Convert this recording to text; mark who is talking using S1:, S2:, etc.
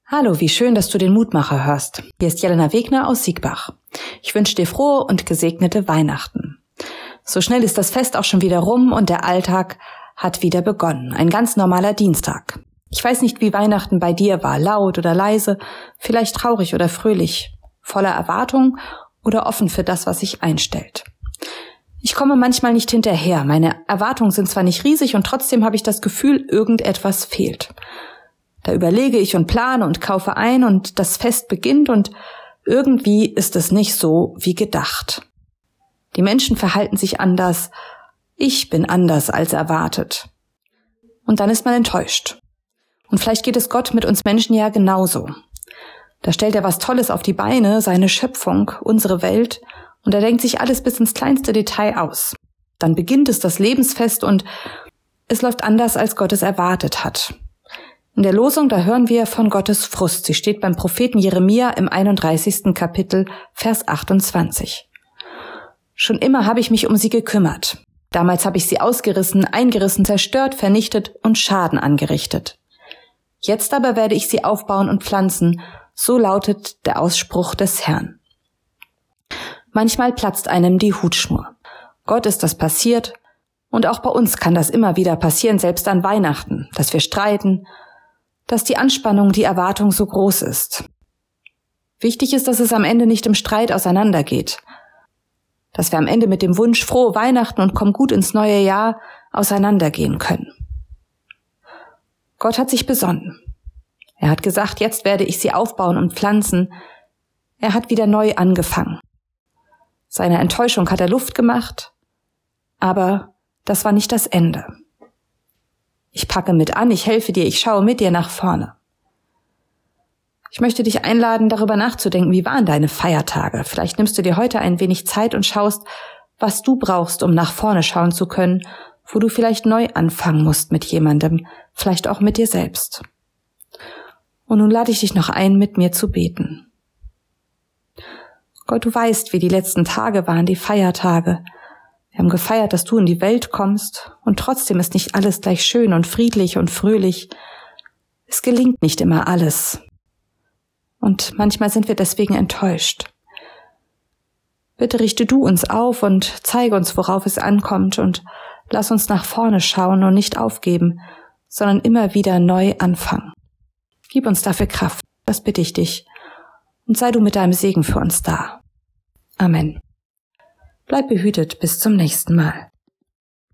S1: Hallo, wie schön, dass du den Mutmacher hörst. Hier ist Jelena Wegner aus Siegbach. Ich wünsche dir frohe und gesegnete Weihnachten. So schnell ist das Fest auch schon wieder rum und der Alltag hat wieder begonnen. Ein ganz normaler Dienstag. Ich weiß nicht, wie Weihnachten bei dir war, laut oder leise, vielleicht traurig oder fröhlich, voller Erwartung oder offen für das, was sich einstellt. Ich komme manchmal nicht hinterher. Meine Erwartungen sind zwar nicht riesig und trotzdem habe ich das Gefühl, irgendetwas fehlt. Da überlege ich und plane und kaufe ein und das Fest beginnt und irgendwie ist es nicht so wie gedacht. Die Menschen verhalten sich anders. Ich bin anders als erwartet. Und dann ist man enttäuscht. Und vielleicht geht es Gott mit uns Menschen ja genauso. Da stellt er was Tolles auf die Beine, seine Schöpfung, unsere Welt, und er denkt sich alles bis ins kleinste Detail aus. Dann beginnt es das Lebensfest und es läuft anders, als Gott es erwartet hat. In der Losung, da hören wir von Gottes Frust. Sie steht beim Propheten Jeremia im 31. Kapitel, Vers 28. Schon immer habe ich mich um sie gekümmert. Damals habe ich sie ausgerissen, eingerissen, zerstört, vernichtet und Schaden angerichtet. Jetzt aber werde ich sie aufbauen und pflanzen, so lautet der Ausspruch des Herrn. Manchmal platzt einem die Hutschnur. Gott ist das passiert und auch bei uns kann das immer wieder passieren, selbst an Weihnachten, dass wir streiten, dass die Anspannung, die Erwartung so groß ist. Wichtig ist, dass es am Ende nicht im Streit auseinandergeht, dass wir am Ende mit dem Wunsch frohe Weihnachten und komm gut ins neue Jahr auseinandergehen können. Gott hat sich besonnen. Er hat gesagt, jetzt werde ich sie aufbauen und pflanzen. Er hat wieder neu angefangen. Seiner Enttäuschung hat er Luft gemacht, aber das war nicht das Ende. Ich packe mit an, ich helfe dir, ich schaue mit dir nach vorne. Ich möchte dich einladen, darüber nachzudenken, wie waren deine Feiertage? Vielleicht nimmst du dir heute ein wenig Zeit und schaust, was du brauchst, um nach vorne schauen zu können, wo du vielleicht neu anfangen musst mit jemandem, vielleicht auch mit dir selbst. Und nun lade ich dich noch ein, mit mir zu beten. Gott, du weißt, wie die letzten Tage waren, die Feiertage. Wir haben gefeiert, dass du in die Welt kommst und trotzdem ist nicht alles gleich schön und friedlich und fröhlich. Es gelingt nicht immer alles. Und manchmal sind wir deswegen enttäuscht. Bitte richte du uns auf und zeige uns, worauf es ankommt und lass uns nach vorne schauen und nicht aufgeben, sondern immer wieder neu anfangen. Gib uns dafür Kraft, das bitte ich dich. Und sei du mit deinem Segen für uns da. Amen. Bleib behütet bis zum nächsten Mal.